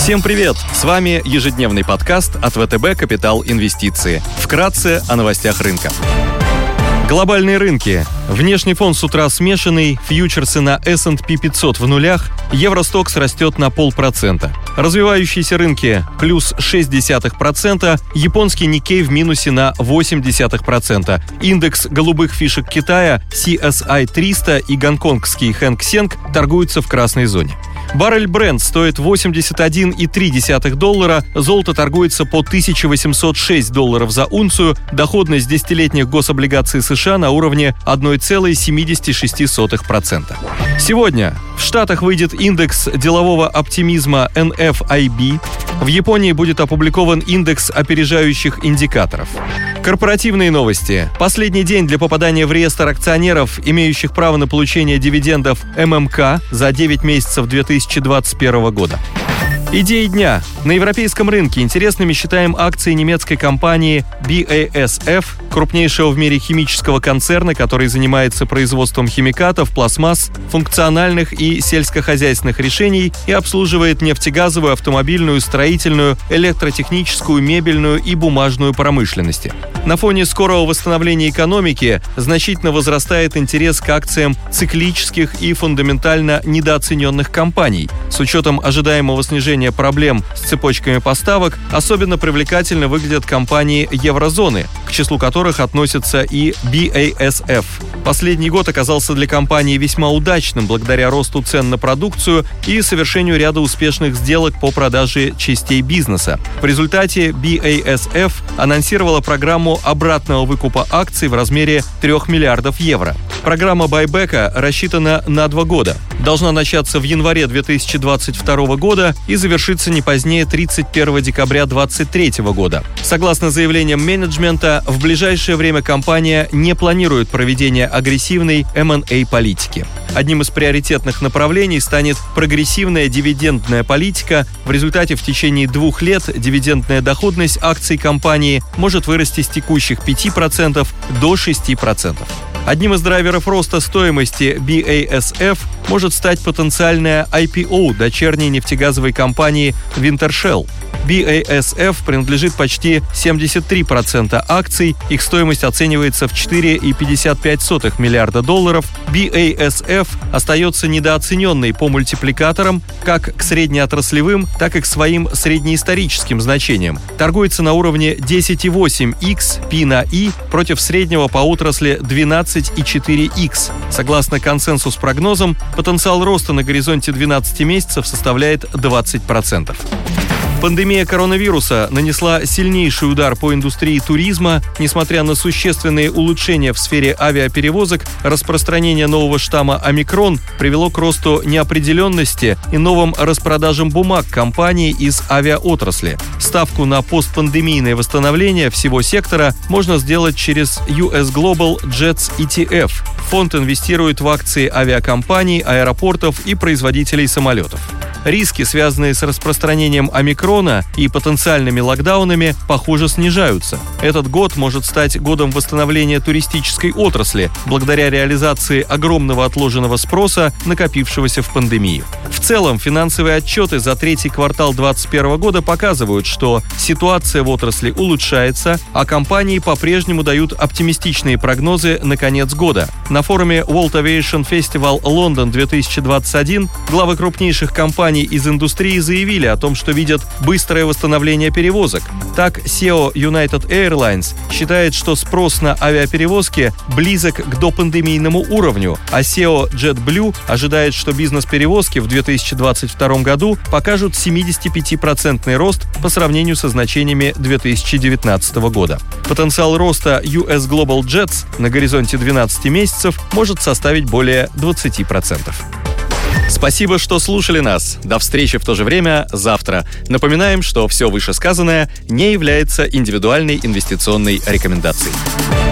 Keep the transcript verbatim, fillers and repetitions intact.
Всем привет! С вами ежедневный подкаст от вэ тэ бэ «Капитал Инвестиции». Вкратце о новостях рынка. Глобальные рынки. Внешний фон с утра смешанный, фьючерсы на эс энд пи пятьсот в нулях, Евростокс растет на полпроцента. Развивающиеся рынки плюс шесть десятых процента, японский Никкей в минусе на восемь десятых процента. Индекс голубых фишек Китая си эс ай триста и гонконгский Хэнк Сенг торгуются в красной зоне. Баррель Brent стоит восемьдесят один и три десятых доллара, золото торгуется по тысяча восемьсот шесть долларов за унцию, доходность десятилетних гособлигаций США на уровне одна целая семьдесят шесть сотых процента. Сегодня в Штатах выйдет индекс делового оптимизма эн эф ай би, в Японии будет опубликован индекс опережающих индикаторов. Корпоративные новости. Последний день для попадания в реестр акционеров, имеющих право на получение дивидендов эм эм ка за девять месяцев две тысячи двадцать первого года. Идеи дня. На европейском рынке интересными считаем акции немецкой компании би эй эс эф, крупнейшего в мире химического концерна, который занимается производством химикатов, пластмасс, функциональных и сельскохозяйственных решений и обслуживает нефтегазовую, автомобильную, строительную, электротехническую, мебельную и бумажную промышленности. На фоне скорого восстановления экономики значительно возрастает интерес к акциям циклических и фундаментально недооцененных компаний. С учетом ожидаемого снижения проблем с цепочками поставок, особенно привлекательно выглядят компании еврозоны, к числу которых относится и би эй эс эф. Последний год оказался для компании весьма удачным благодаря росту цен на продукцию и совершению ряда успешных сделок по продаже частей бизнеса. В результате би эй эс эф анонсировала программу обратного выкупа акций в размере трех миллиардов евро. Программа байбека рассчитана на два года. Должна начаться в январе две тысячи двадцать второго года и завершиться не позднее тридцать первого декабря две тысячи двадцать третьего года. Согласно заявлениям менеджмента, в ближайшее время компания не планирует проведение агрессивной эм энд эй-политики. Одним из приоритетных направлений станет прогрессивная дивидендная политика. В результате в течение двух лет дивидендная доходность акций компании может вырасти с текущих пяти процентов до шести процентов. Одним из драйверов роста стоимости би эй эс эф может стать потенциальная ай пи о дочерней нефтегазовой компании Wintershall. би эй эс эф принадлежит почти семьдесят три процента акций, их стоимость оценивается в четыре целых пятьдесят пять сотых миллиарда долларов. би эй эс эф остается недооцененной по мультипликаторам как к среднеотраслевым, так и к своим среднеисторическим значениям. Торгуется на уровне десять целых восемь икс пи на И против среднего по отрасли двенадцать целых четыре икс. Согласно консенсус-прогнозам, потенциал роста на горизонте двенадцати месяцев составляет двадцать процентов. Пандемия коронавируса нанесла сильнейший удар по индустрии туризма. Несмотря на существенные улучшения в сфере авиаперевозок, распространение нового штамма омикрон привело к росту неопределенности и новым распродажам бумаг компаний из авиаотрасли. Ставку на постпандемийное восстановление всего сектора можно сделать через ю эс Global Jets и ти эф. Фонд инвестирует в акции авиакомпаний, аэропортов и производителей самолетов. Риски, связанные с распространением омикрона и потенциальными локдаунами, похоже, снижаются. Этот год может стать годом восстановления туристической отрасли, благодаря реализации огромного отложенного спроса, накопившегося в пандемию. В целом, финансовые отчеты за третий квартал две тысячи двадцать первого года показывают, что ситуация в отрасли улучшается, а компании по-прежнему дают оптимистичные прогнозы на конец года. На форуме World Aviation Festival London две тысячи двадцать один главы крупнейших компаний из индустрии заявили о том, что видят быстрое восстановление перевозок. Так, си и о United Airlines считает, что спрос на авиаперевозки близок к допандемийному уровню, а си и о JetBlue ожидает, что бизнес-перевозки в две тысячи двадцать втором году покажут семидесятипятипроцентный рост по сравнению со значениями две тысячи девятнадцатого года. Потенциал роста ю эс Global Jets на горизонте двенадцати месяцев может составить более двадцати процентов. Спасибо, что слушали нас. До встречи в то же время завтра. Напоминаем, что все вышесказанное не является индивидуальной инвестиционной рекомендацией.